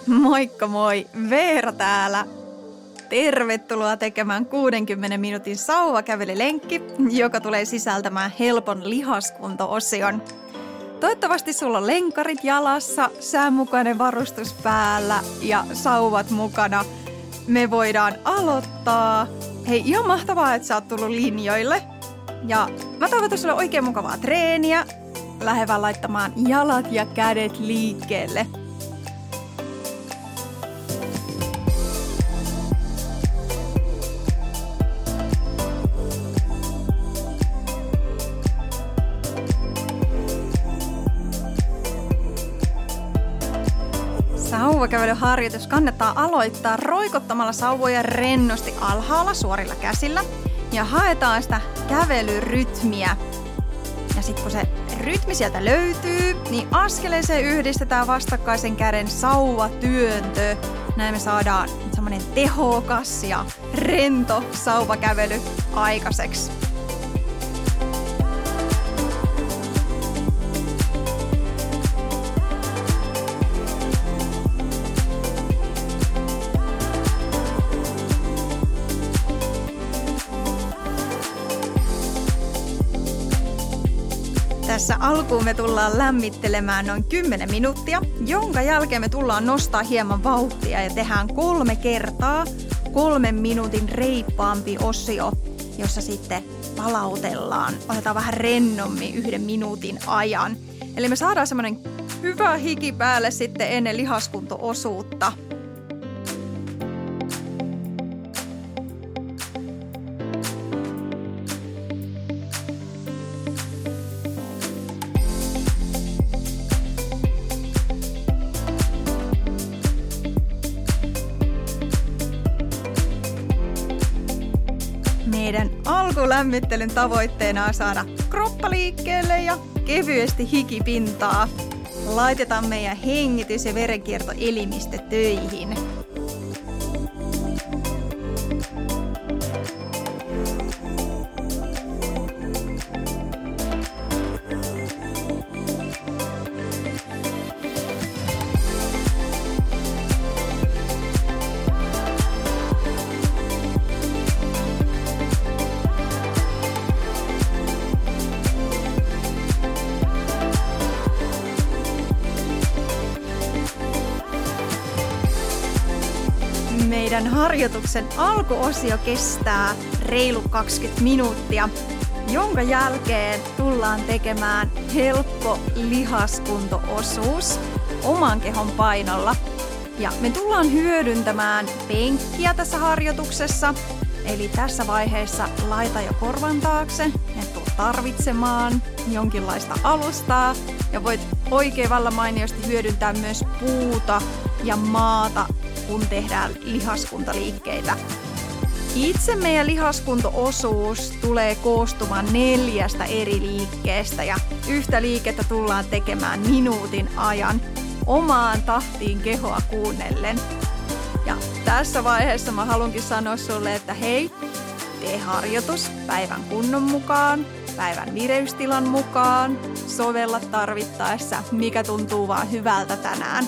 Moikka moi, Veera täällä. Tervetuloa tekemään 60 minuutin sauvakävelylenkki, joka tulee sisältämään helpon lihaskunto-osion. Toivottavasti sulla on lenkkarit jalassa, säämukainen varustus päällä ja sauvat mukana. Me voidaan aloittaa. Hei, ihan mahtavaa, että sä oot tullut linjoille. Ja mä toivotan sulle oikein mukavaa treeniä. Lähde vaan laittamaan jalat ja kädet liikkeelle. Sauvakävelyharjoitus kannattaa aloittaa roikottamalla sauvoja rennosti alhaalla suorilla käsillä ja haetaan sitä kävelyrytmiä. Ja sitten kun se rytmi sieltä löytyy, niin askeleeseen yhdistetään vastakkaisen käden sauvatyöntö. Näin me saadaan semmoinen tehokas ja rento sauvakävely aikaiseksi. Tässä alkuun me tullaan lämmittelemään noin 10 minuuttia, jonka jälkeen me tullaan nostaa hieman vauhtia ja tehdään 3 kertaa 3 minuutin reippaampi osio, jossa sitten palautellaan. Otetaan vähän rennommin 1 minuutin ajan. Eli me saadaan semmoinen hyvä hiki päälle sitten ennen lihaskunto-osuutta. Meidän alkulämmittelyn tavoitteena on saada kroppa liikkeelle ja kevyesti hikipintaa. Laitetaan meidän hengitys- ja verenkiertoelimistö töihin. Meidän harjoituksen alkuosio kestää reilu 20 minuuttia, jonka jälkeen tullaan tekemään helppo lihaskunto-osuus oman kehon painolla. Ja me tullaan hyödyntämään penkkiä tässä harjoituksessa, eli tässä vaiheessa laita jo korvan taakse, et tuu tarvitsemaan jonkinlaista alustaa ja voit oikein vallan mainiosti hyödyntää myös puuta ja maata, kun tehdään lihaskuntoliikkeitä. Itse meidän lihaskunto-osuus tulee koostumaan 4 eri liikkeestä ja yhtä liikettä tullaan tekemään minuutin ajan omaan tahtiin kehoa kuunnellen. Ja tässä vaiheessa mä haluankin sanoa sulle, että hei, tee harjoitus päivän kunnon mukaan, päivän vireystilan mukaan, sovella tarvittaessa, mikä tuntuu vaan hyvältä tänään.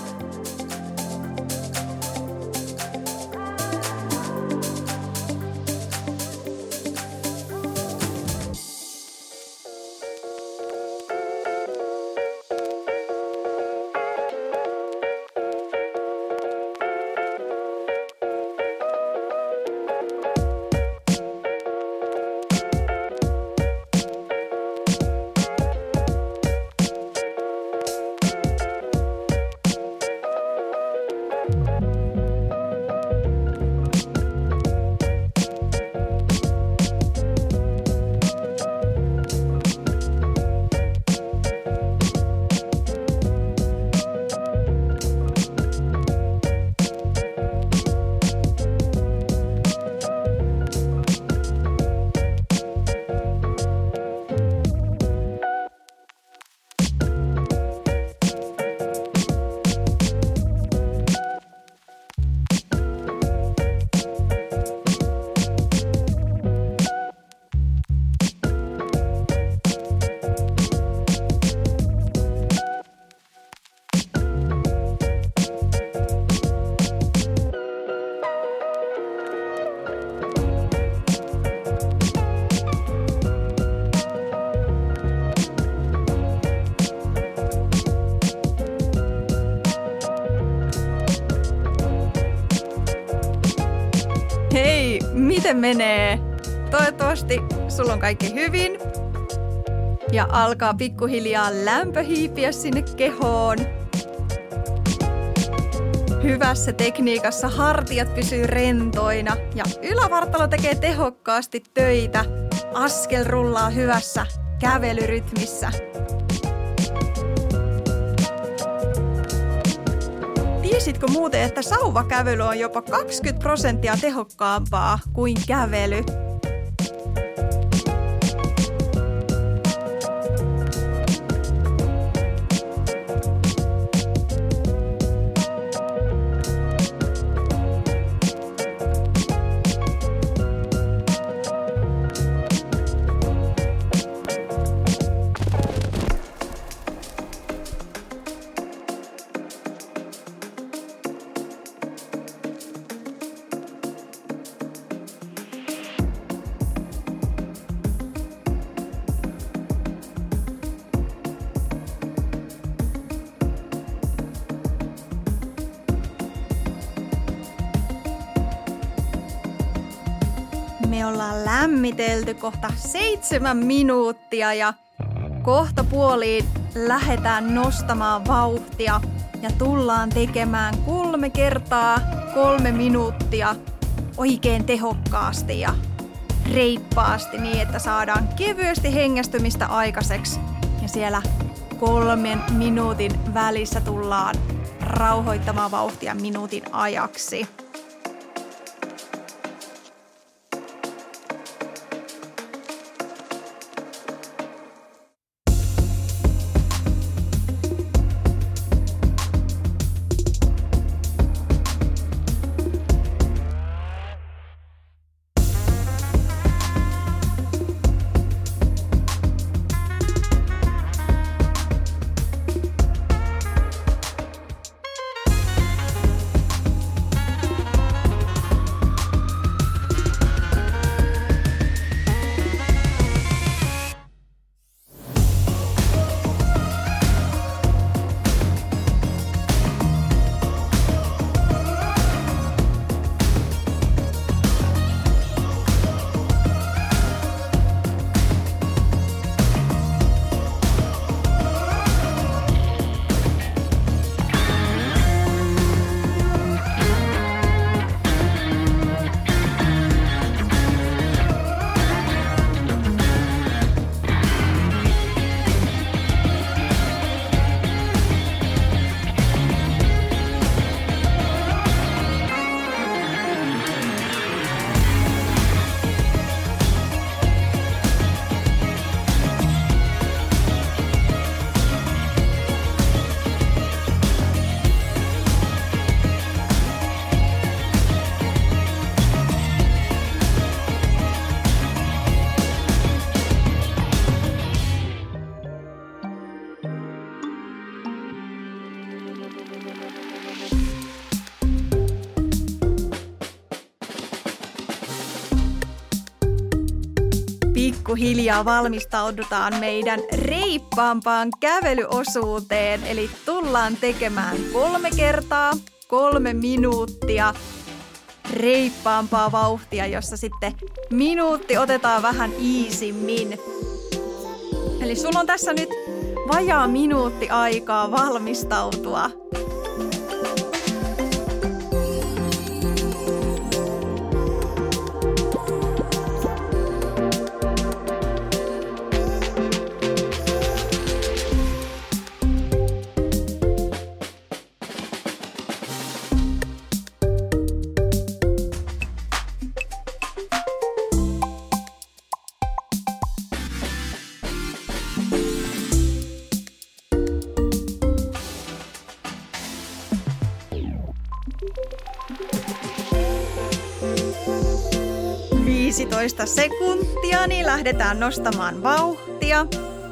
Miten menee? Toivottavasti sulla on kaikki hyvin. Ja alkaa pikkuhiljaa lämpö hiipiä sinne kehoon. Hyvässä tekniikassa hartiat pysyy rentoina ja ylävartalo tekee tehokkaasti töitä. Askel rullaa hyvässä kävelyrytmissä. Tiesitkö muuten, että sauvakävely on jopa 20% tehokkaampaa kuin kävely? Me ollaan lämmitelty kohta 7 minuuttia ja kohta puoliin lähdetään nostamaan vauhtia ja tullaan tekemään 3 kertaa 3 minuuttia oikein tehokkaasti ja reippaasti niin, että saadaan kevyesti hengästymistä aikaiseksi. Ja siellä 3 minuutin välissä tullaan rauhoittamaan vauhtia minuutin ajaksi. Pikkuhiljaa valmistaudutaan meidän reippaampaan kävelyosuuteen, eli tullaan tekemään 3 kertaa 3 minuuttia reippaampaa vauhtia, jossa sitten minuutti otetaan vähän iisimmin. Eli sulla on tässä nyt vajaa minuutti aikaa valmistautua. Sekuntia, niin lähdetään nostamaan vauhtia.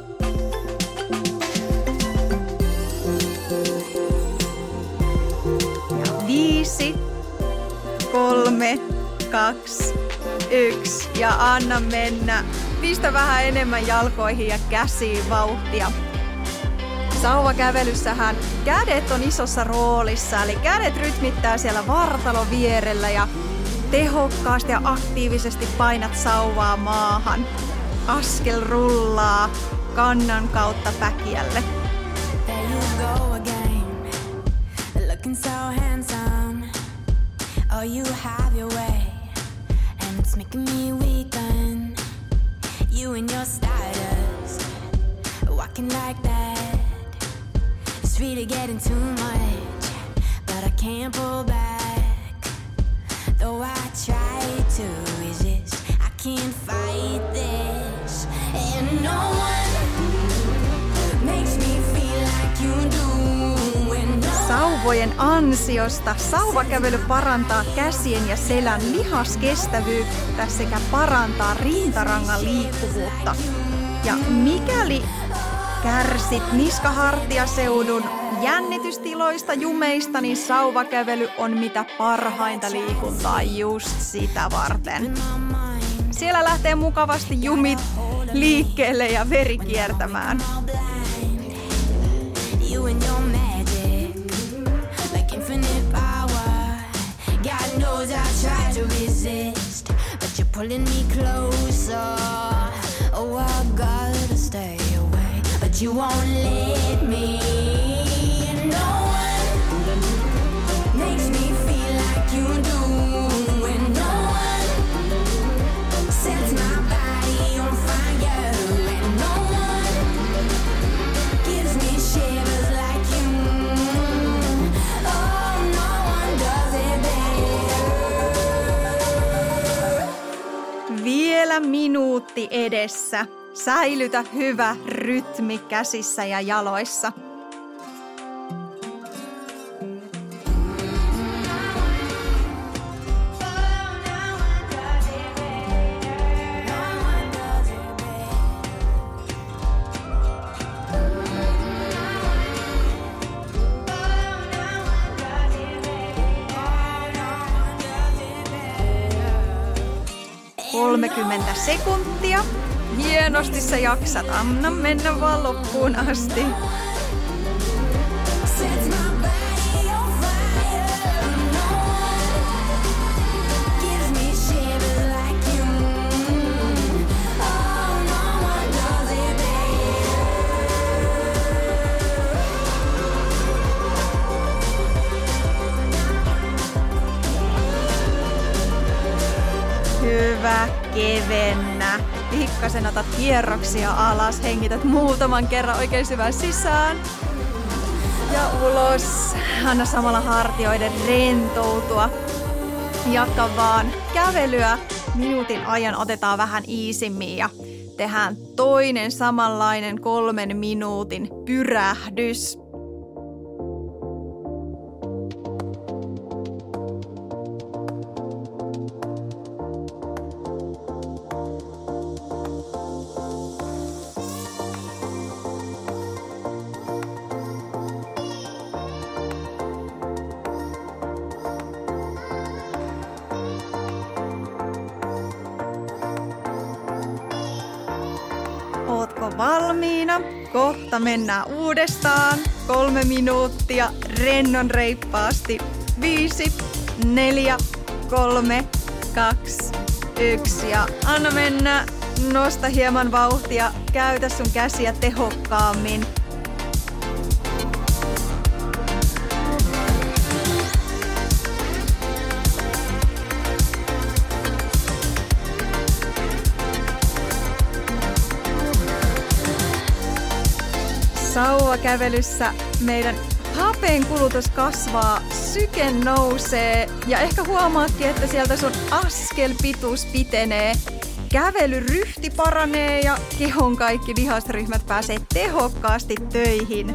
Ja 5, 3, 2, 1 ja anna mennä. Pistä vähän enemmän jalkoihin ja käsiin vauhtia. Sauvakävelyssähän kädet on isossa roolissa, eli kädet rytmittää siellä vartalon vierellä ja tehokkaasti ja aktiivisesti painat sauvaa maahan. Askel rullaa kannan kautta päkiälle. There you go again, looking so handsome. Oh, you have your way, and it's making me weaken. You and your stardust, walking like that. It's really getting too much, but I can't pull back. Though I try to resist, I can't fight this. And no one makes me feel like you do. Sauvojen ansiosta sauvakävely parantaa käsien ja selän lihaskestävyyttä sekä parantaa rintarangan liikkuvuutta. Ja mikäli kärsit niskahartiaseudun jännitystiloista, jumeista, niin sauvakävely on mitä parhainta liikuntaa just sitä varten. Siellä lähtee mukavasti jumit liikkeelle ja veri kiertämään. Pulling me closer. Oh, I gotta stay away, but you won't let me. No one makes me feel like you do, and no one sets my body on fire, and no one gives me shivers like you. Oh, no one does it better. Vielä minuutti edessä. Säilytä hyvä rytmi käsissä ja jaloissa. Sekuntia. Hienosti sä jaksat. Anna mennä vaan loppuun asti. Hyvä, kevennä. Pikkasen otat kierroksia alas, hengität muutaman kerran oikein syvään sisään. Ja ulos. Anna samalla hartioiden rentoutua. Jatka vaan kävelyä. Minuutin ajan otetaan vähän iisimmin ja tehdään toinen samanlainen 3 minuutin pyrähdys. Ootko valmiina? Kohta mennään uudestaan. 3 minuuttia rennon reippaasti. 5, 4, 3, 2, 1 ja anna mennä. Nosta hieman vauhtia. Käytä sun käsiä tehokkaammin. Sauvakävelyssä meidän hapen kulutus kasvaa, syke nousee ja ehkä huomaatkin, että sieltä sun askelpituus pitenee. Kävelyryhti paranee ja kehon kaikki lihasryhmät pääsee tehokkaasti töihin.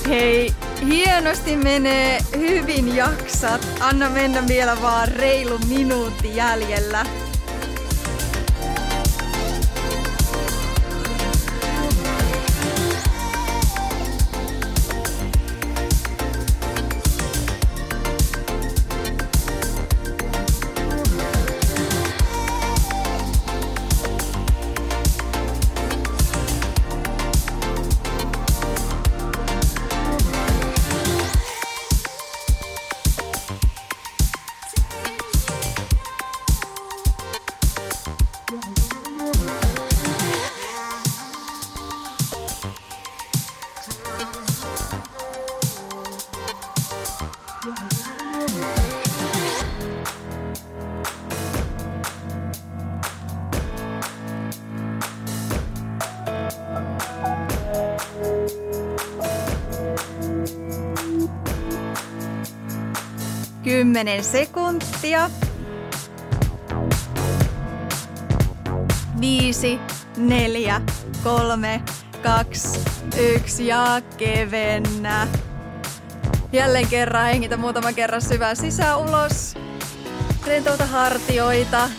Hei, hienosti menee, hyvin jaksat. Anna mennä vielä vaan reilu minuutti jäljellä. Kymmenen sekuntia. 5, 4, 3, 2, 1 ja kevennä. Jälleen kerran hengitä muutaman kerran syvään sisään ulos. Rentouta hartioita.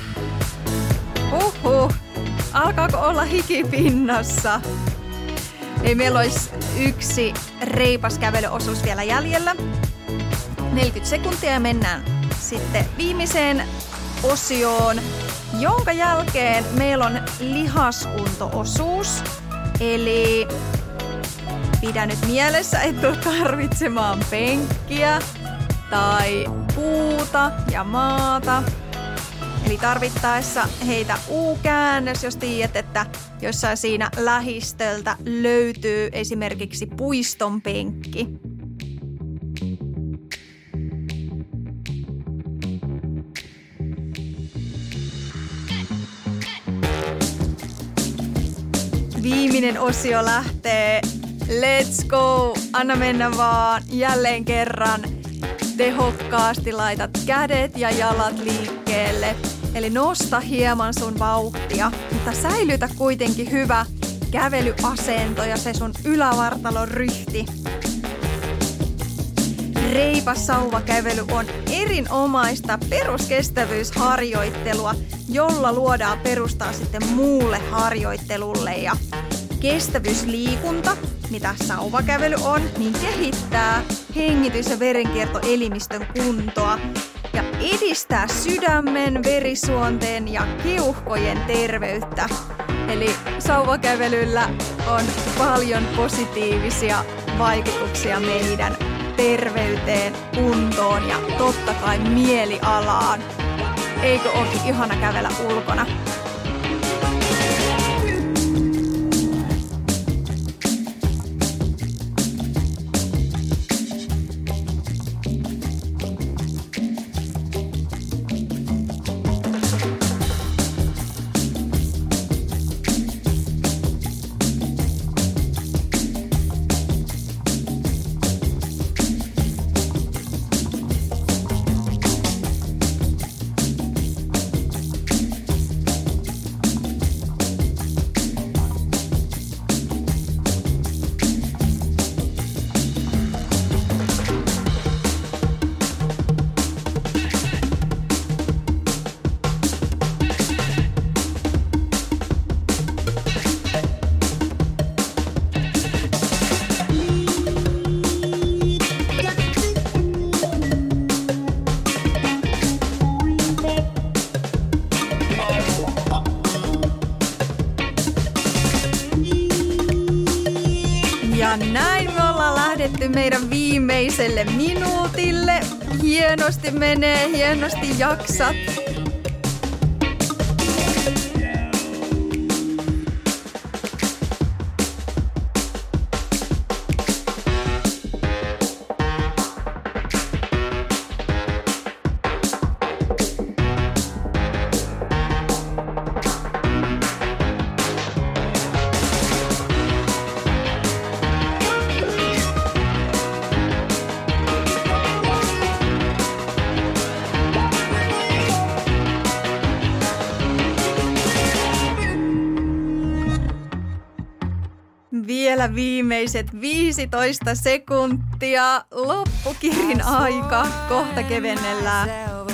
Alkaako olla hikipinnassa? Ei, meillä olisi yksi reipas kävelyosuus vielä jäljellä. 40 sekuntia ja mennään sitten viimeiseen osioon, jonka jälkeen meillä on lihaskunto-osuus. Eli pidä nyt mielessä, et tule tarvitsemaan penkkiä tai puuta ja maata. Eli tarvittaessa heitä U-käännös, jos tiedät, että jossain siinä lähistöltä löytyy esimerkiksi puiston penkki. Viimeinen osio lähtee. Let's go! Anna mennä vaan jälleen kerran. Tehokkaasti laitat kädet ja jalat liikkeelle. Eli nosta hieman sun vauhtia, mutta säilytä kuitenkin hyvä kävelyasento ja se sun ylävartalon ryhti. Reipas sauvakävely on erinomaista peruskestävyysharjoittelua, jolla luodaan perustaa sitten muulle harjoittelulle. Ja kestävyysliikunta, mitä sauvakävely on, niin kehittää hengitys- ja verenkiertoelimistön kuntoa ja edistää sydämen, verisuonten ja keuhkojen terveyttä. Eli sauvakävelyllä on paljon positiivisia vaikutuksia meidän terveyteen, kuntoon ja totta kai mielialaan. Eikö olekin ihana kävellä ulkona? Ja näin me ollaan lähdetty meidän viimeiselle minuutille. Hienosti menee, hienosti jaksat. Vielä viimeiset 15 sekuntia. Loppukirin aika. Kohta kevennellään.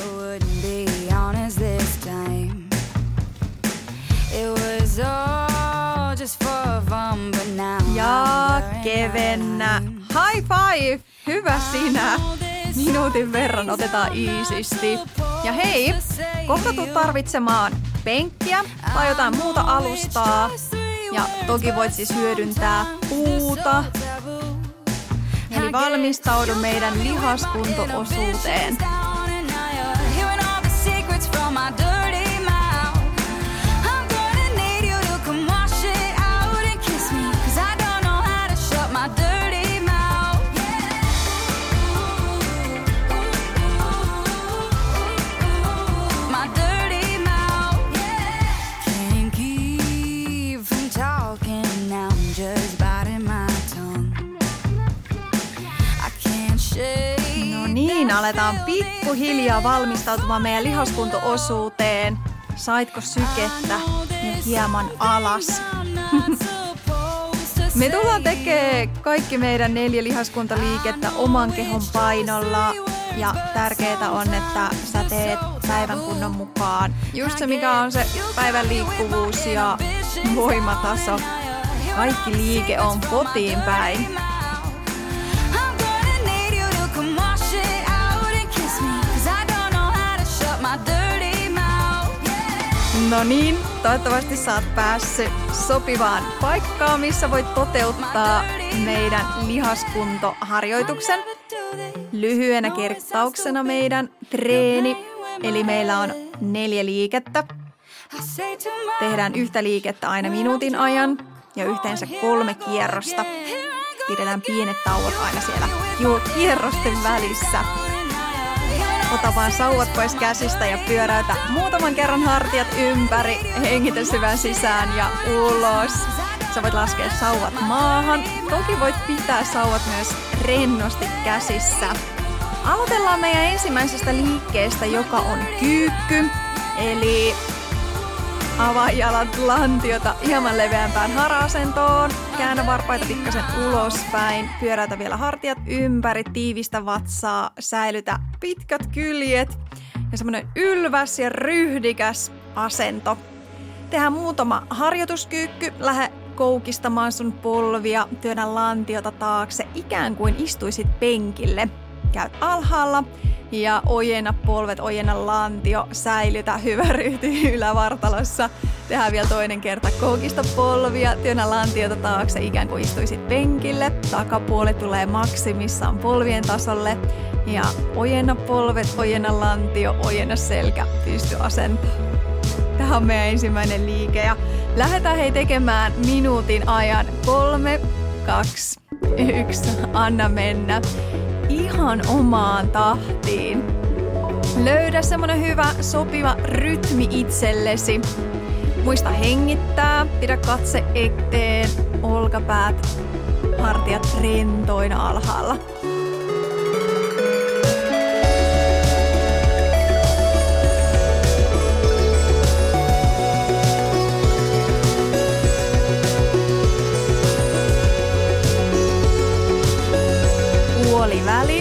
Ja kevennä. High five! Hyvä sinä. Minuutin verran otetaan iisisti. Ja hei, kohta tulet tarvitsemaan penkkiä tai jotain muuta alustaa. Ja toki voit siis hyödyntää puuta. Eli valmistaudu meidän lihaskunto-osuuteen. Niin, aletaan pikkuhiljaa valmistautumaan meidän lihaskunto-osuuteen. Saitko sykettä ja hieman alas? Me tullaan tekemään kaikki meidän 4 lihaskuntaliikettä oman kehon painolla. Ja tärkeää on, että sä teet päivän kunnon mukaan. Just se, mikä on se päivän liikkuvuus ja voimataso. Kaikki liike on kotiin päin. No niin, toivottavasti sä oot päässyt sopivaan paikkaan, missä voit toteuttaa meidän lihaskuntoharjoituksen. Lyhyenä kertauksena meidän treeni, eli meillä on 4 liikettä. Tehdään yhtä liikettä aina minuutin ajan ja yhteensä 3 kierrosta. Pidetään pienet tauot aina siellä kierrosten välissä. Ota vaan sauvat pois käsistä ja pyöräytä muutaman kerran hartiat ympäri. Hengitä syvään sisään ja ulos. Sä voit laskea sauvat maahan. Toki voit pitää sauvat myös rennosti käsissä. Aloitellaan meidän ensimmäisestä liikkeestä, joka on kyykky. Eli avaa jalat lantiota hieman leveämpään hara-asentoon. Käännä varpaita pikkasen ulospäin. Pyöräytä vielä hartiat ympäri. Tiivistä vatsaa. Säilytä pitkät kyljet. Ja semmonen ylväs ja ryhdikäs asento. Tehdään muutama harjoituskyykky. Lähde koukistamaan sun polvia. Työnnä lantiota taakse. Ikään kuin istuisit penkille. Käyt alhaalla. Ja ojenna polvet, ojenna lantio, säilytä hyvä ryhti ylävartalossa. Tehdään vielä toinen kerta. Koukista polvia, työnnä lantiota taakse, ikään kuin istuisit penkille. Takapuoli tulee maksimissaan polvien tasolle. Ja ojenna polvet, ojenna lantio, ojenna selkä, pystyasento. Tämä on meidän ensimmäinen liike. Ja lähdetään tekemään minuutin ajan. 3, 2, 1, anna mennä. Ihan omaan tahtiin. Löydä semmonen hyvä, sopiva rytmi itsellesi. Muista hengittää, pidä katse eteen, olkapäät, hartiat rentoina alhaalla. Puoliväli.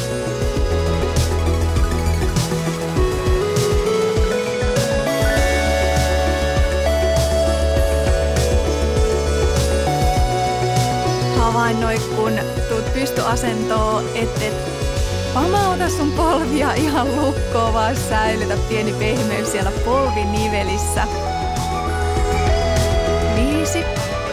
Havainnoi, kun tuut pystyasentoon, et pamauta sun polvia ihan lukkoon, vaan säilytä pieni pehmeys siellä polvinivelissä. 5,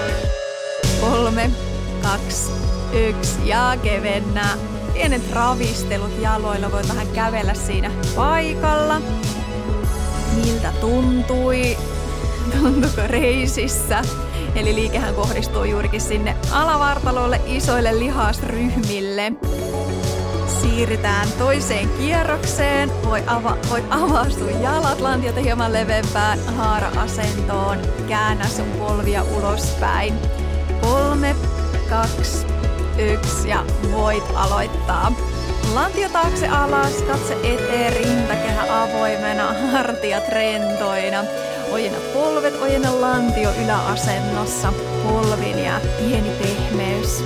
3, 2, 1 ja kevennää. Pienet ravistelut jaloilla, voit vähän kävellä siinä paikalla. Miltä tuntui? Tuntuiko reisissä? Eli liikehän kohdistuu juurikin sinne alavartalolle, isoille lihasryhmille. Siirrytään toiseen kierrokseen. Voit avaa sun jalat lantiota hieman leveämpään haara-asentoon. Käännä sun polvia ulospäin. 3, 2, 1 ja voit aloittaa. Lantio taakse alas, katse eteen, rintakehä avoimena, hartiat rentoina. Ojenna polvet, ojenna lantio yläasennossa, polvin ja pieni pehmeys.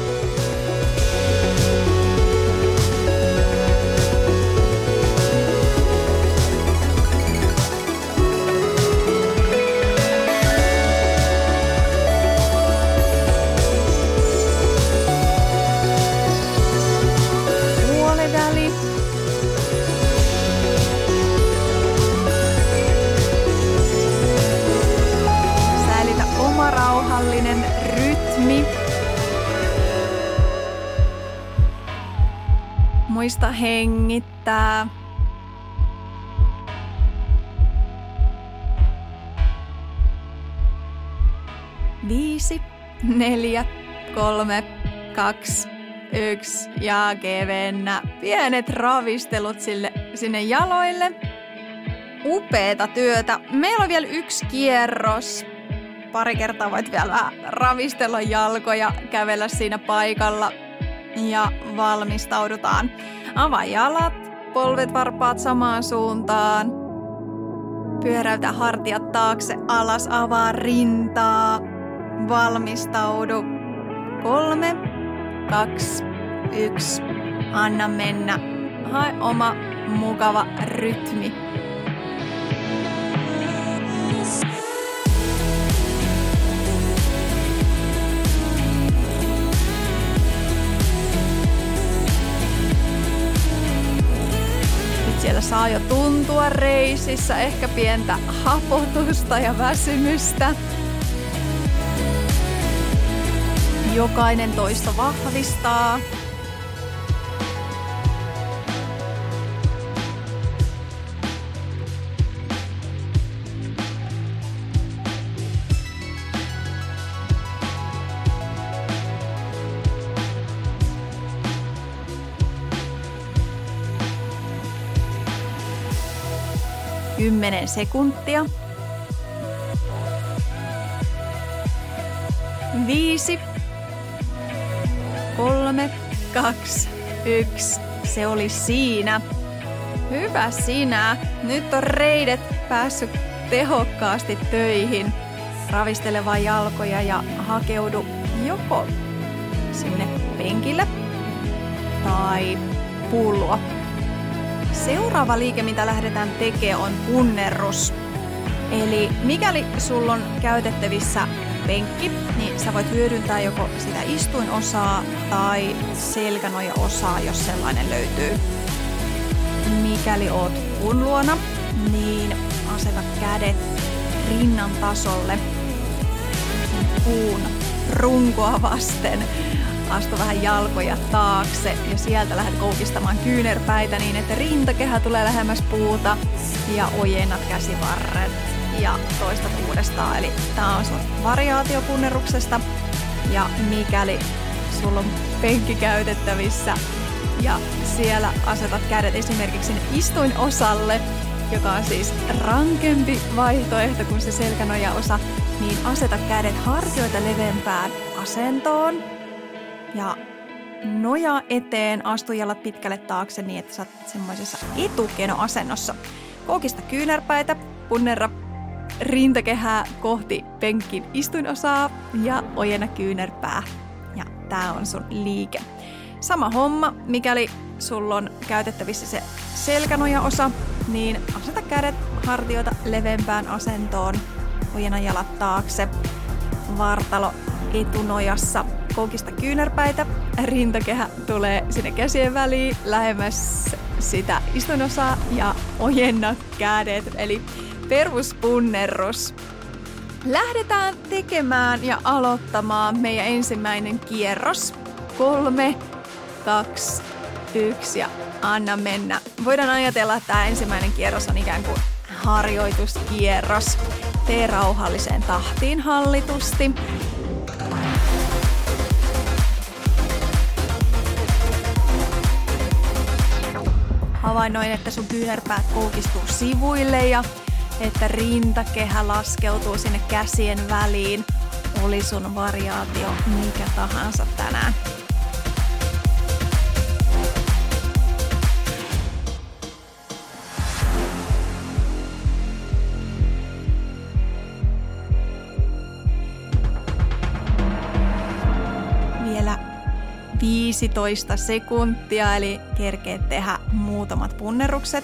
Puoliväli. Säilytä oma rauhallinen rytmi. Muista hengittää. Viisi, 4, 3, 2, 1 ja kevennä. Pienet ravistelut sinne jaloille. Upeeta työtä. Meillä on vielä 1 kierros. Pari kertaa voit vielä vähän ravistella jalkoja, kävellä siinä paikalla ja valmistaudutaan. Avaa jalat, polvet varpaat samaan suuntaan. Pyöräytä hartiat taakse, alas, avaa rintaa. Valmistaudu. 3, 2, 1. Anna mennä. Hae oma mukava rytmi. Siellä saa jo tuntua reisissä, ehkä pientä hapotusta ja väsymystä. Jokainen toisto vahvistaa. Kymmenen sekuntia. 5, 3, 2, 1. Se oli siinä. Hyvä sinä. Nyt on reidet päässyt tehokkaasti töihin. Ravistele vaan jalkoja ja hakeudu joko sinne penkille tai pulloa. Seuraava liike, mitä lähdetään tekemään, on punnerrus. Eli mikäli sulla on käytettävissä penkki, niin sä voit hyödyntää joko sitä istuinosaa tai selkänoja-osaa, jos sellainen löytyy. Mikäli oot puun luona, niin aseta kädet rinnan tasolle puun runkoa vasten. Astu vähän jalkoja taakse ja sieltä lähdet koukistamaan kyynärpäitä niin, että rintakehä tulee lähemmäs puuta ja ojennat käsivarret ja toistat uudestaan. Eli tää on sun variaatio punneruksesta ja mikäli sulla on penkki käytettävissä ja siellä asetat kädet esimerkiksi sinne istuinosalle, joka on siis rankempi vaihtoehto kuin se selkänoja-osa, niin aseta kädet hartioita leveämpään asentoon. Ja nojaa eteen, astu jalat pitkälle taakse niin, että sä oot semmoisessa etukenoasennossa. Koukista kyynärpäitä, punnerra rintakehää kohti penkin istuinosaa ja ojenna kyynärpää. Ja tää on sun liike. Sama homma, mikäli sulla on käytettävissä se selkänoja-osa, niin aseta kädet hartioita leveämpään asentoon. Ojenna jalat taakse, vartalo etunojassa. Koukista kyynärpäitä, rintakehä tulee sinne käsien väliin lähemmäs sitä istuinosaa ja ojenna kädet, eli peruspunnerrus. Lähdetään tekemään ja aloittamaan meidän ensimmäinen kierros. 3, 2, 1 ja anna mennä. Voidaan ajatella, että tämä ensimmäinen kierros on ikään kuin harjoituskierros. Tee rauhalliseen tahtiin hallitusti. Havainnoin, että sun kyynärpäät koukistuu sivuille ja että rintakehä laskeutuu sinne käsien väliin. Oli sun variaatio mikä tahansa tänään. 15 sekuntia, eli kerkeet tehdä muutamat punnerrukset.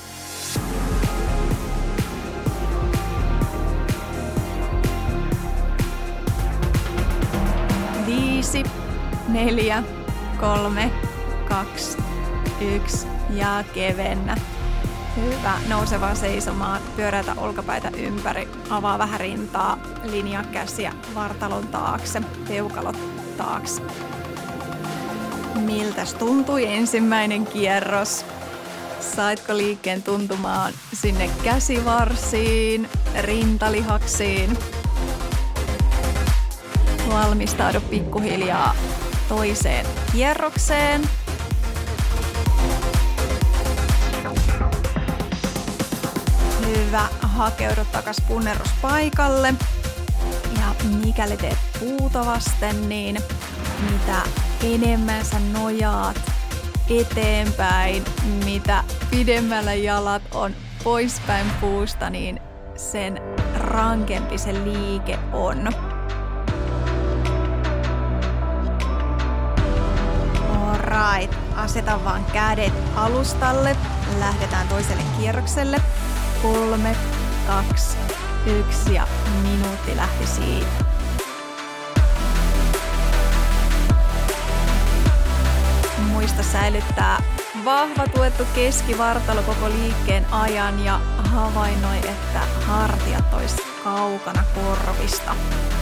5, 4, 3, 2, 1 ja kevennä. Hyvä. Nouse vaan seisomaan, pyöräytä olkapäitä ympäri, avaa vähän rintaa, linjaa käsiä vartalon taakse, peukalot taakse. Miltäs tuntui ensimmäinen kierros? Saitko liikkeen tuntumaan sinne käsivarsiin, rintalihaksiin? Valmistaudu pikkuhiljaa toiseen kierrokseen. Hyvä. Hakeudu takas punneruspaikalle. Ja mikäli teet puuta vasten, niin mitä enemmän sä nojaat eteenpäin, mitä pidemmällä jalat on poispäin puusta, niin sen rankempi se liike on. Alright, aseta vaan kädet alustalle. Lähdetään toiselle kierrokselle. 3, 2, 1 ja minuutti lähti siitä. Muista säilyttää vahva tuettu keskivartalo koko liikkeen ajan ja havainnoi, että hartiat ois kaukana korvista.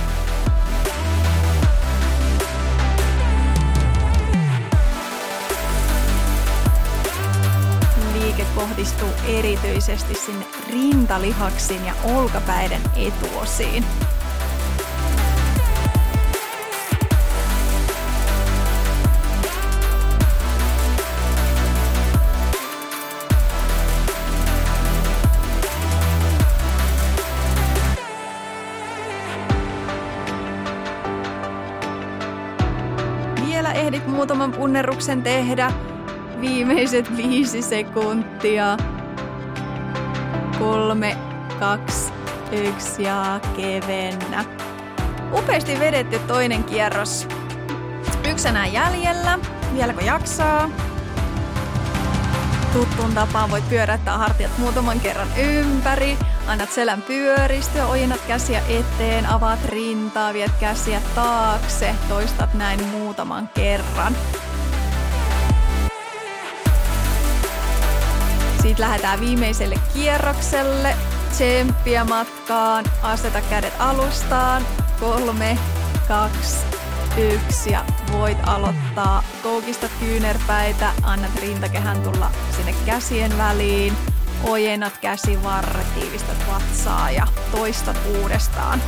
Liike kohdistuu erityisesti sinne rintalihaksiin ja olkapäiden etuosiin. Vielä ehdit muutaman punnerruksen tehdä. Viimeiset 5 sekuntia. 3, 2, 1 ja kevennä. Upeasti vedetty toinen kierros. 1 enää jäljellä. Vieläkö jaksaa? Tuttuun tapaan voit pyöräyttää hartiat muutaman kerran ympäri. Annat selän pyöristyä, ojennat käsiä eteen, avaat rintaa, viet käsiä taakse. Toistat näin muutaman kerran. Sitten lähdetään viimeiselle kierrokselle. Tsemppiä matkaan. Aseta kädet alustaan. 3, 2, 1 ja voit aloittaa. Koukistat kyynärpäitä. Annat rintakehän tulla sinne käsien väliin. Ojennat käsivarret, tiivistät vatsaa ja toistat uudestaan.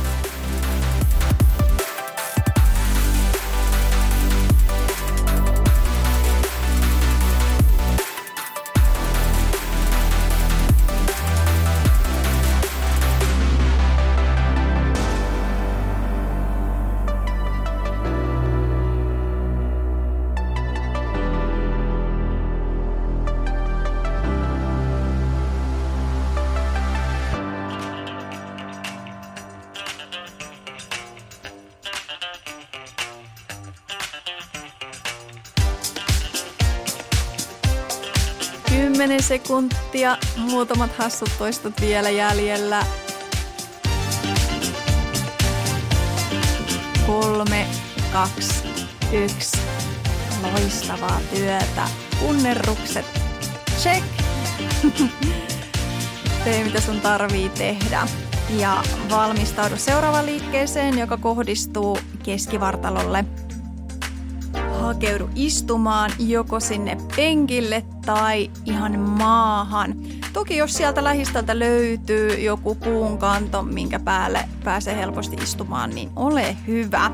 Sekuntia, muutamat hassut toistot vielä jäljellä. 3, 2, 1. Loistavaa työtä. Punnerrukset. Check. Tee mitä sun tarvii tehdä. Ja valmistaudu seuraavaan liikkeeseen, joka kohdistuu keskivartalolle. Hakeudu istumaan joko sinne penkille tai ihan maahan. Toki jos sieltä lähistöltä löytyy joku puunkanto, minkä päälle pääsee helposti istumaan, niin ole hyvä.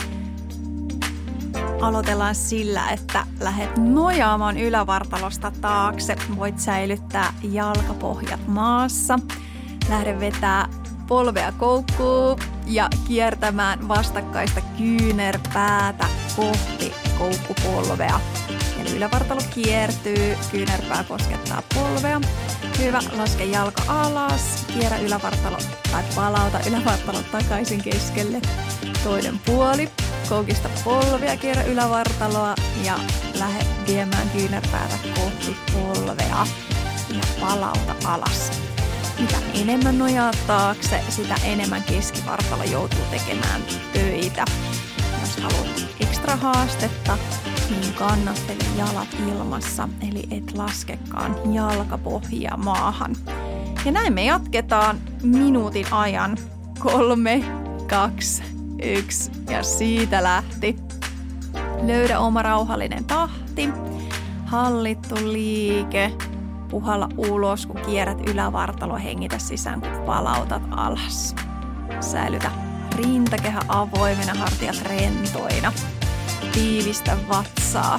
Aloitellaan sillä, että lähdet nojaamaan ylävartalosta taakse. Voit säilyttää jalkapohjat maassa. Lähde vetää polvea koukkuun ja kiertämään vastakkaista kyynärpäätä kohti koukkupolvea. Eli ylävartalo kiertyy, kyynärpää koskettaa polvea. Hyvä, laske jalka alas, kierrä ylävartalo tai palauta ylävartalo takaisin keskelle. Toinen puoli. koukista polvia, kierrä ylävartaloa ja lähde viemään kyynärpäätä kohti polvea ja palauta alas. Mitä enemmän nojaa taakse, sitä enemmän keskivartalo joutuu tekemään töitä. Jos haluat ekstra haastetta, niin kannattele jalat ilmassa, eli et laskekaan jalkapohjia maahan. Ja näin me jatketaan minuutin ajan. 3, 2, 1 ja siitä lähti. Löydä oma rauhallinen tahti, hallittu liike. Puhalla ulos, kun kierrät ylävartalo, hengitä sisään, kun palautat alas. Säilytä rintakehä avoimena, hartiat rentoina. Tiivistä vatsaa.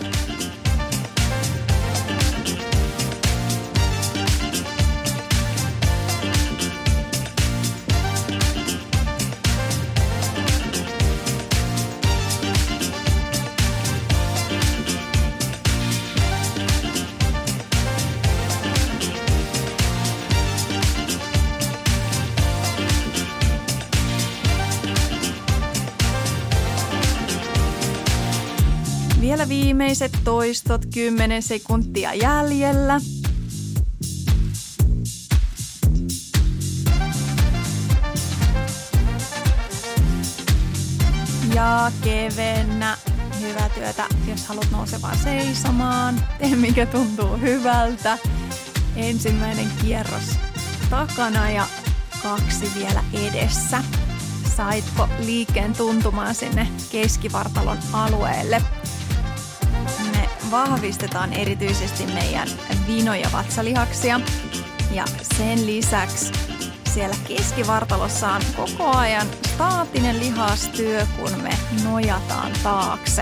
Vielä viimeiset toistot, 10 sekuntia jäljellä. Ja kevennä. Hyvää työtä, jos haluat nousevaa seisomaan. Tee mikä tuntuu hyvältä. Ensimmäinen kierros takana ja 2 vielä edessä. Saitko liikkeen tuntumaan sinne keskivartalon alueelle? Me vahvistetaan erityisesti meidän vino- ja vatsalihaksia. Ja sen lisäksi siellä keskivartalossa on koko ajan staattinen lihastyö, kun me nojataan taakse.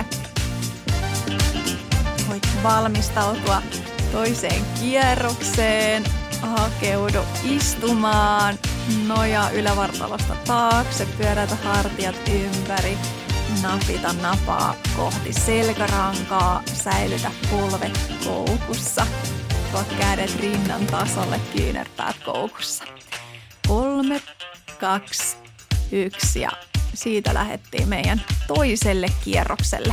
Voit valmistautua toiseen kierrokseen. Hakeudu istumaan. Nojaa ylävartalosta taakse, pyöräytä hartiat ympäri, napita napaa kohti selkärankaa, säilytä polvet koukussa, tuo kädet rinnan tasolle, kyynärpäät koukussa. 3, 2, 1 ja siitä lähdettiin meidän toiselle kierrokselle.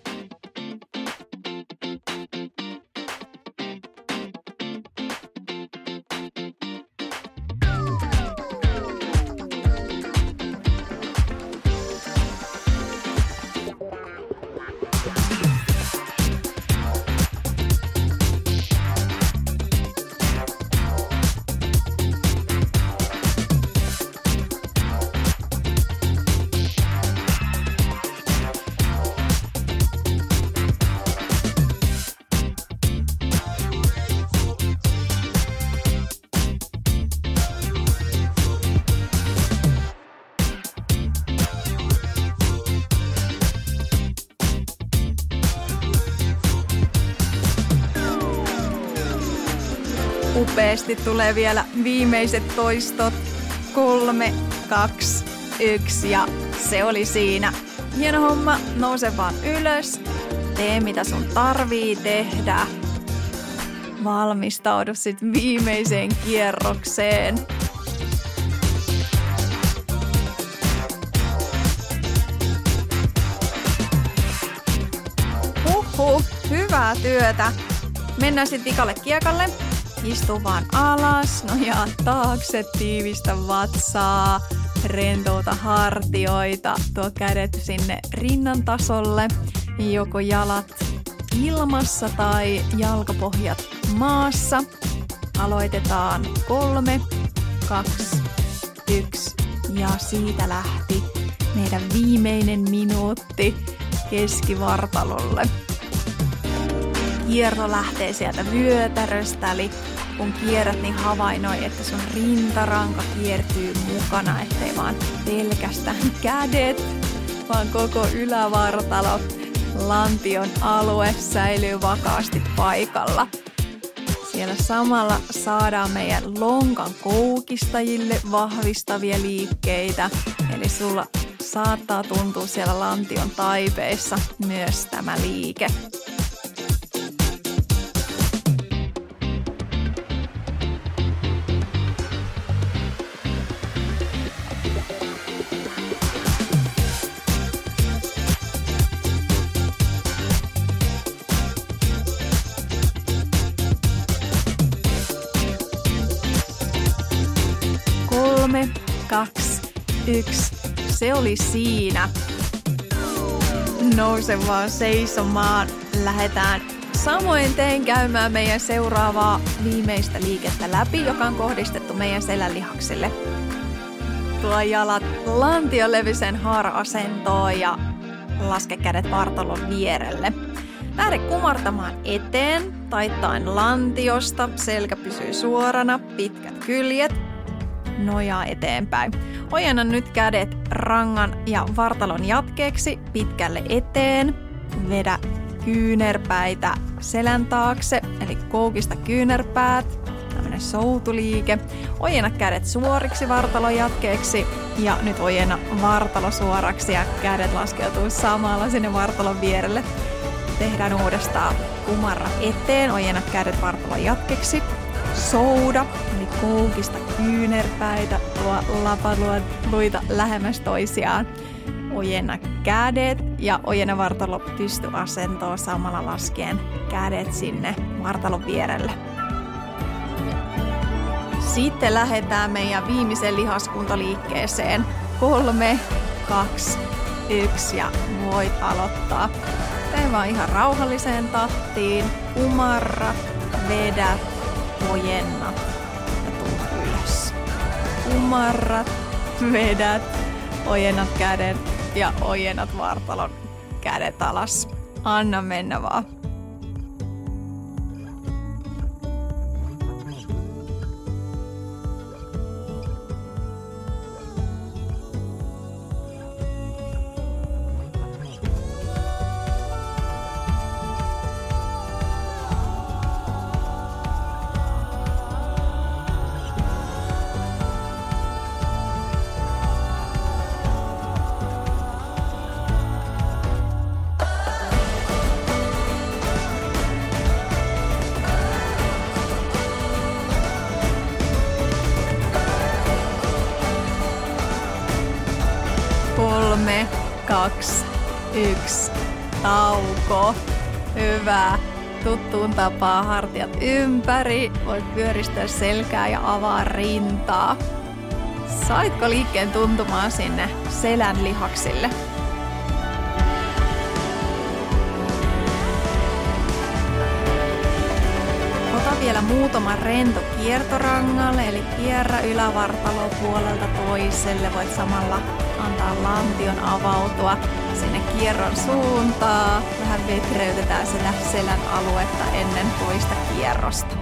Upeasti tulee vielä viimeiset toistot. 3, 2, 1 ja se oli siinä. Hieno homma, nouse vaan ylös. Tee mitä sun tarvii tehdä. Valmistaudu sit viimeiseen kierrokseen. Hyvää työtä. Mennään sit vikalle kiekalle. Istu vaan alas, nojaa taakse, tiivistä vatsaa, rentouta hartioita, tuo kädet sinne rinnan tasolle, joko jalat ilmassa tai jalkapohjat maassa. Aloitetaan 3, 2, 1 ja siitä lähti meidän viimeinen minuutti keskivartalolle. Kierro lähtee sieltä vyötäröstä, eli kun kierrät, niin havainnoi, että sun rintaranka kiertyy mukana, ettei vaan pelkästään kädet, vaan koko ylävartalo, lantion alue säilyy vakaasti paikalla. Siellä samalla saadaan meidän lonkan koukistajille vahvistavia liikkeitä, eli sulla saattaa tuntua siellä lantion taipeissa myös tämä liike. 2, 1. Se oli siinä. Nouse vaan seisomaan. Lähdetään samoin tein käymään meidän seuraavaa viimeistä liikettä läpi, joka on kohdistettu meidän selänlihaksille. Tuo jalat lantiolevyisen haara-asentoon ja laske kädet vartalon vierelle. Lähde kumartamaan eteen, taittaen lantiosta, selkä pysyy suorana, pitkät kyljet, nojaa eteenpäin. Ojenna nyt kädet rangan ja vartalon jatkeeksi pitkälle eteen, vedä kyynärpäitä selän taakse, eli koukista kyynärpäät, tämmönen soutuliike. Ojenna kädet suoriksi vartalon jatkeeksi ja nyt ojenna vartalo suoraksi ja kädet laskeutuu samalla sinne vartalon vierelle. Tehdään uudestaan kumarra eteen, ojenna kädet vartalon jatkeksi. Souda, eli koukista kyynärpäitä, tuo lapaluita lähemmäs toisiaan. Ojenna kädet ja ojenna vartalo pystyasentoon samalla laskien kädet sinne vartalon vierelle. Sitten lähdetään meidän viimeiseen lihaskuntoliikkeeseen. 3, 2, 1 ja voit aloittaa. Tee vaan ihan rauhalliseen tahtiin. Kumarrat, vedät, ojennat ja tuu ylös. Kumarrat, vedät, ojennat käden ja ojennat vartalon kädet alas. Anna mennä vaan. Kolme, 2, 1, tauko. Hyvä. Tuttuun tapaan hartiat ympäri. Voit pyöristää selkää ja avaa rintaa. Saitko liikkeen tuntumaan sinne selän lihaksille? Ota vielä muutama rento kiertorangalle, eli kierrä ylävartalo puolelta toiselle. Voit samalla antaa lantion avautua sinne kierron suuntaan. Vähän vetreytetään sitä selän aluetta ennen toista kierrosta.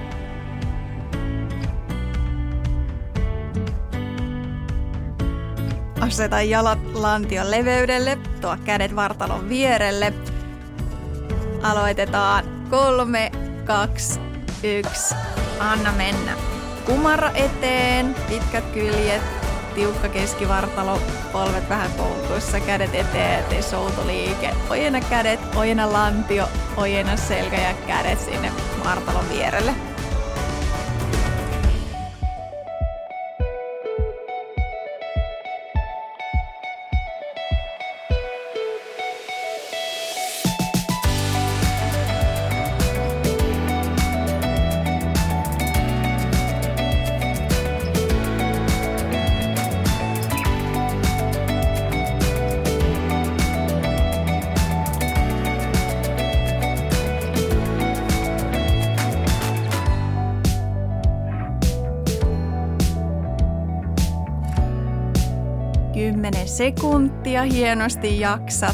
Aseta jalat lantion leveydelle, tuo kädet vartalon vierelle. Aloitetaan 3, 2, 1. Anna mennä. Kumarra eteen, pitkät kyljet, tiukka keskivartalo, polvet vähän koukussa, kädet eteen, tee soutuliike. Ojenna kädet, ojenna lantio, ojenna selkä ja kädet sinne vartalon vierelle. Sekuntia, hienosti jaksat.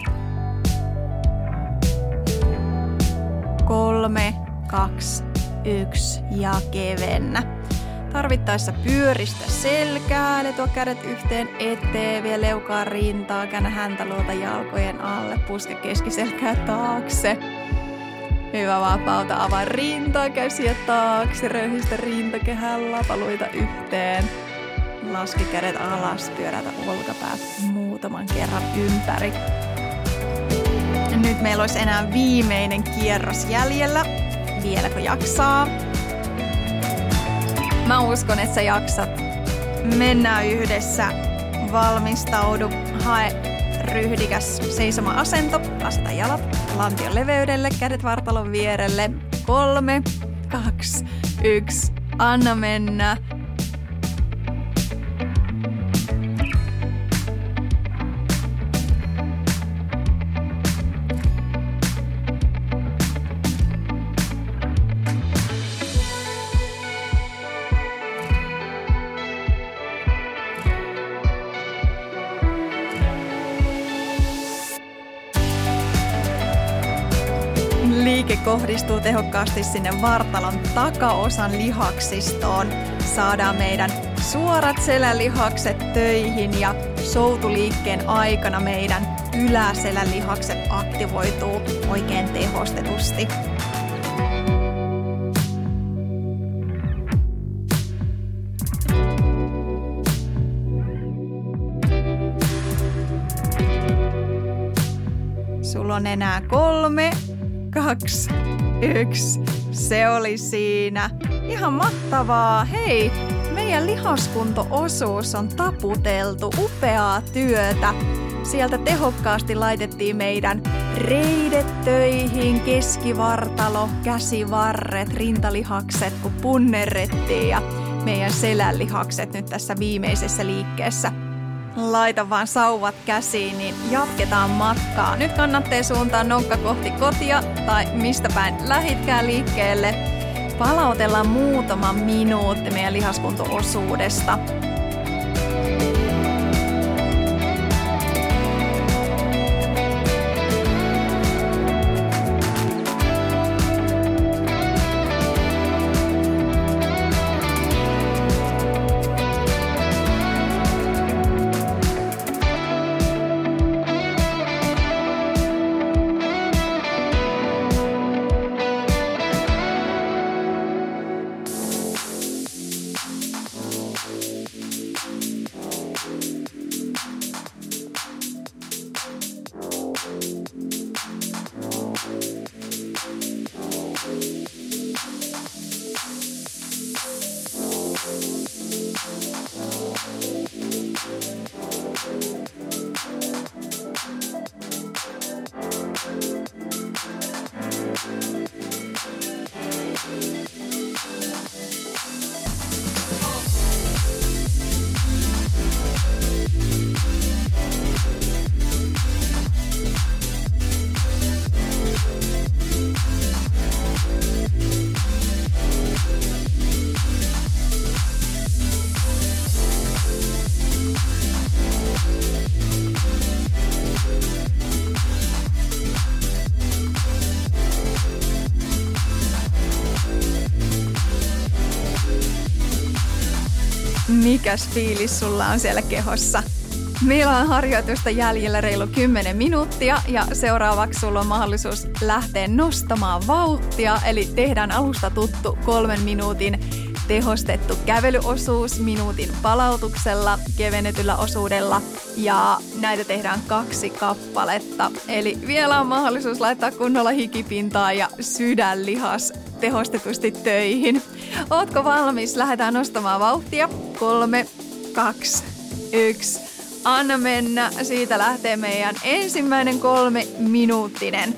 3, 2, 1 ja kevennä. Tarvittaessa pyöristä selkää, eli tuo kädet yhteen eteen, vie leukaa rintaa, käännä häntä luota jalkojen alle, puske keskiselkää taakse. Hyvä, vapauta, avaa rintaa, käsiä taakse, röyhistä rintakehän, lapaluita yhteen. Laske kädet alas, pyörätä olkapäät muutaman kerran ympäri. Ja nyt meillä olisi enää viimeinen kierros jäljellä. Vieläkö jaksaa? Mä uskon, että sä jaksat. Mennään yhdessä. Valmistaudu. Hae ryhdikäs seisoma-asento. Aseta jalat lantion leveydelle, kädet vartalon vierelle. 3, 2, 1. Anna mennä. liike kohdistuu tehokkaasti sinne vartalon takaosan lihaksistoon. Saadaan meidän suorat selälihakset töihin ja soutuliikkeen aikana meidän yläselälihakset aktivoituu oikein tehostetusti. Sulla on enää 3, 2, 1. Se oli siinä. Ihan mahtavaa. Hei, meidän lihaskunto-osuus on taputeltu. Upeaa työtä. Sieltä tehokkaasti laitettiin meidän reidet töihin, keskivartalo, käsivarret, rintalihakset, kun punnerrettiin ja meidän selänlihakset nyt tässä viimeisessä liikkeessä. Laita vaan sauvat käsiin, niin jatketaan matkaa. Nyt kannattaa suuntaa nokka kohti kotia tai mistä päin lähitkään liikkeelle. Palautellaan muutama minuutti meidän lihaskunto-osuudesta. Mikäs fiilis sulla on siellä kehossa? Meillä on harjoitusta jäljellä reilu 10 minuuttia ja seuraavaksi sulla on mahdollisuus lähteä nostamaan vauhtia. Eli tehdään alusta tuttu 3 minuutin tehostettu kävelyosuus minuutin palautuksella, kevennetyllä osuudella ja näitä tehdään 2 kappaletta. Eli vielä on mahdollisuus laittaa kunnolla hikipintaa ja sydänlihas tehostetusti töihin. Ootko valmis? Lähdetään nostamaan vauhtia. 3, 2, 1. Anna mennä. Siitä lähtee meidän ensimmäinen 3-minuuttinen.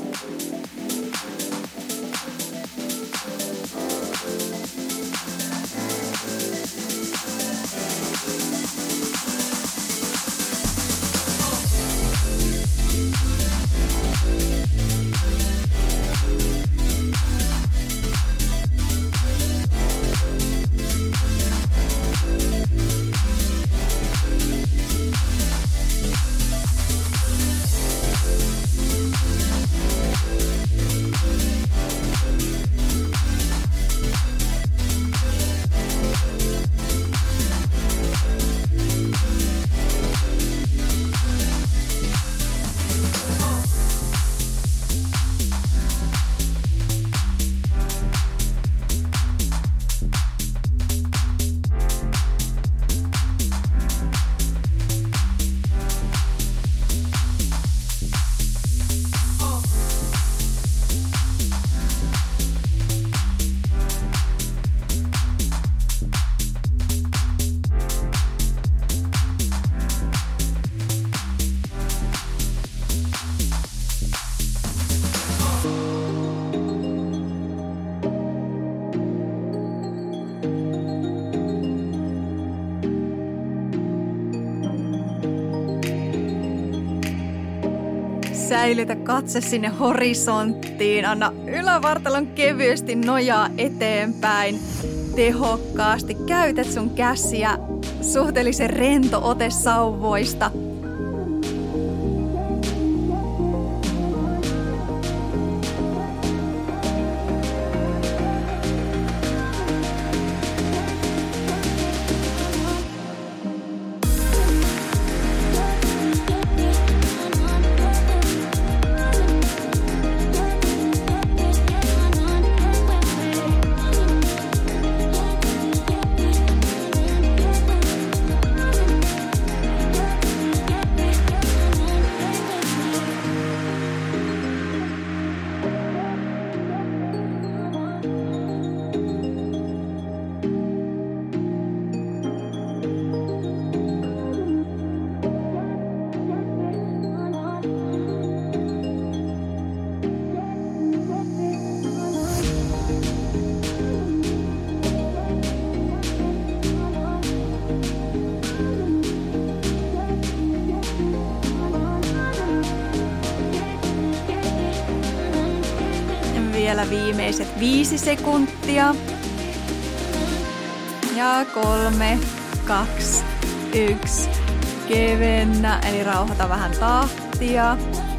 Säilytä katse sinne horisonttiin. Anna ylävartalon kevyesti nojaa eteenpäin. Tehokkaasti käytät sun käsiä. Suhteellisen rento ote sauvoista. vielä viimeiset 5 sekuntia. Ja 3, 2, 1. Kevennä, eli rauhoita vähän tahtia.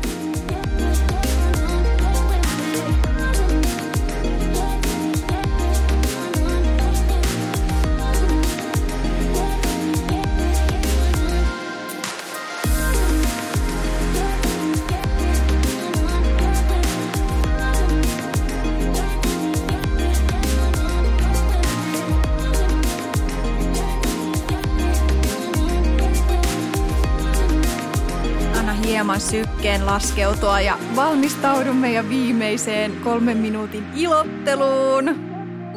Hieman sykkeen laskeutua ja valmistaudu meidän viimeiseen 3 minuutin ilotteluun.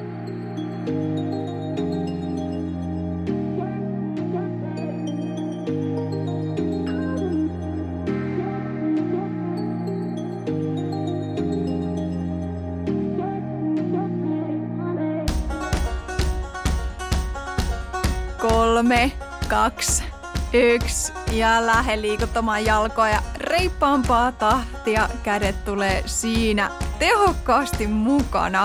Kolme, 2, 1 ja lähde liikuttamaan jalkoja reippaampaa tahtia. Kädet tulee siinä tehokkaasti mukana.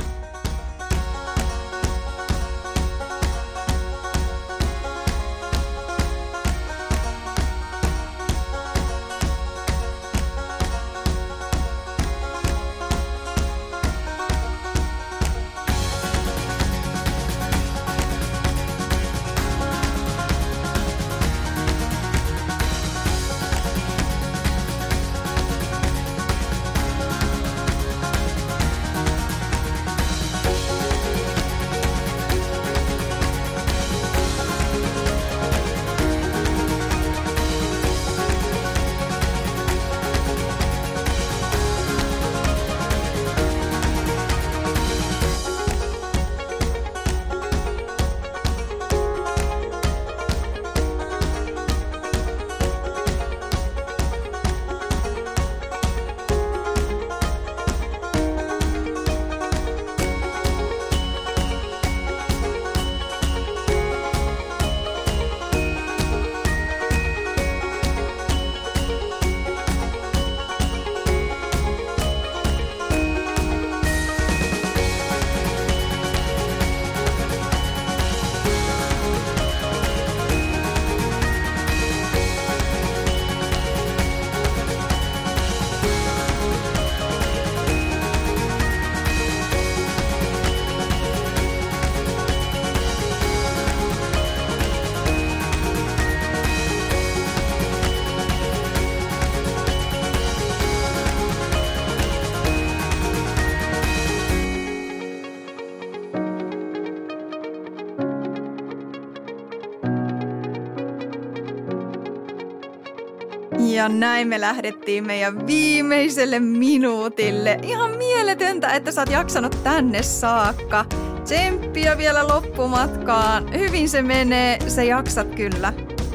Ja näin me lähdettiin meidän viimeiselle minuutille. Ihan mieletöntä, että sä oot jaksanut tänne saakka. Tsemppiä vielä loppumatkaan. Hyvin se menee, sä jaksat kyllä.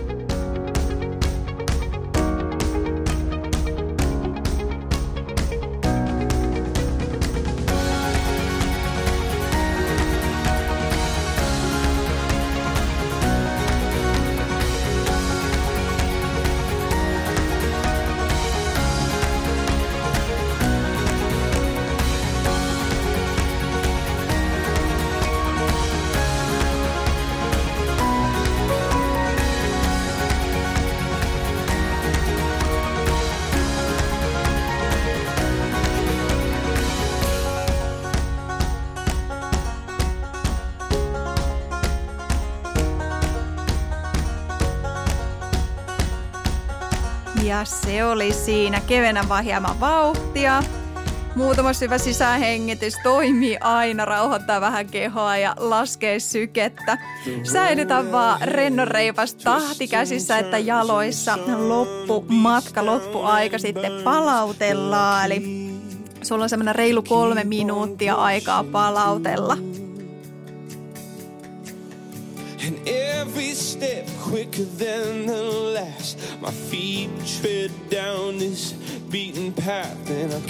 Ja se oli siinä. Kevennä vaan hieman vauhtia. Muutama syvä sisähengitys toimii aina, rauhoittaa vähän kehoa ja laskee sykettä. Säilytä vaan rennon reipas tahti käsissä, että jaloissa loppuaika sitten palautellaan. Eli sulla on semmoinen reilu 3 minuuttia aikaa palautella. And every step quicker than the last. My feet tread down this beaten path, and I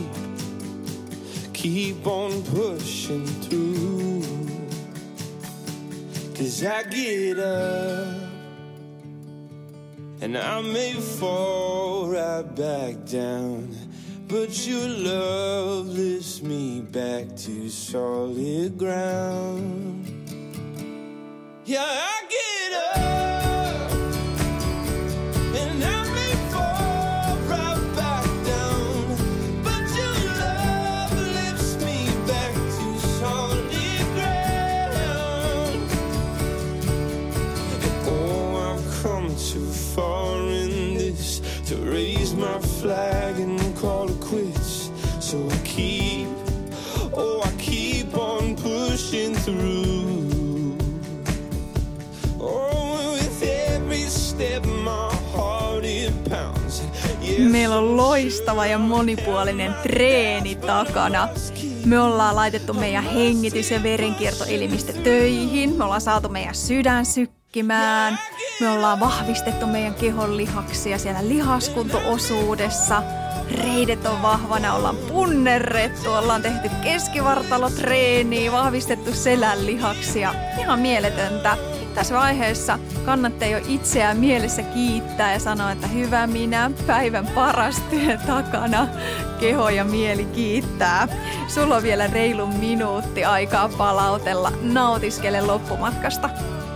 keep on pushing through. 'Cause I get up and I may fall right back down, but your love lifts me back to solid ground. Yeah, I get up and I may fall right back down, but your love lifts me back to solid ground. And oh, I've come too far in this to raise my flag and call it quits. So I keep on pushing through. Meillä on loistava ja monipuolinen treeni takana. Me ollaan laitettu meidän hengitys- ja verenkiertoelimistö töihin. Me ollaan saatu meidän sydän sykkimään. Me ollaan vahvistettu meidän kehon lihaksia siellä lihaskunto-osuudessa. Reidet on vahvana, ollaan punnerrettu, ollaan tehty keskivartalotreeniä, vahvistettu selän lihaksia. Ihan mieletöntä. Tässä vaiheessa kannattaa jo itseään mielessä kiittää ja sanoa, että hyvä minä, päivän paras työ takana. Keho ja mieli kiittää. Sulla on vielä reilu minuutti aikaa palautella. Nautiskele loppumatkasta.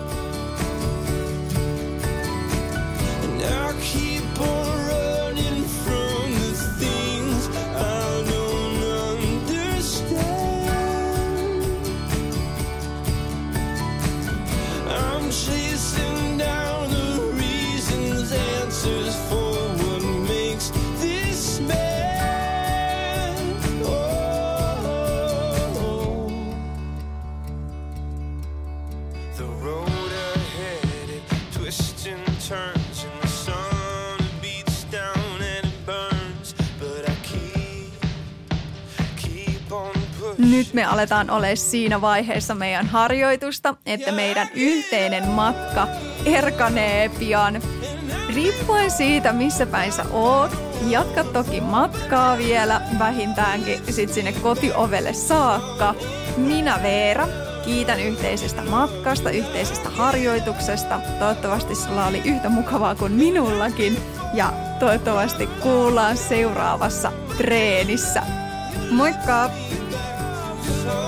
Nyt me aletaan olemaan siinä vaiheessa meidän harjoitusta, että meidän yhteinen matka erkanee pian. Riippuen siitä, missä päin sä oot, jatka toki matkaa vielä vähintäänkin sit sinne kotiovelle saakka. Minä Veera, kiitän yhteisestä matkasta, yhteisestä harjoituksesta. Toivottavasti sulla oli yhtä mukavaa kuin minullakin ja toivottavasti kuullaan seuraavassa treenissä. Moikka! So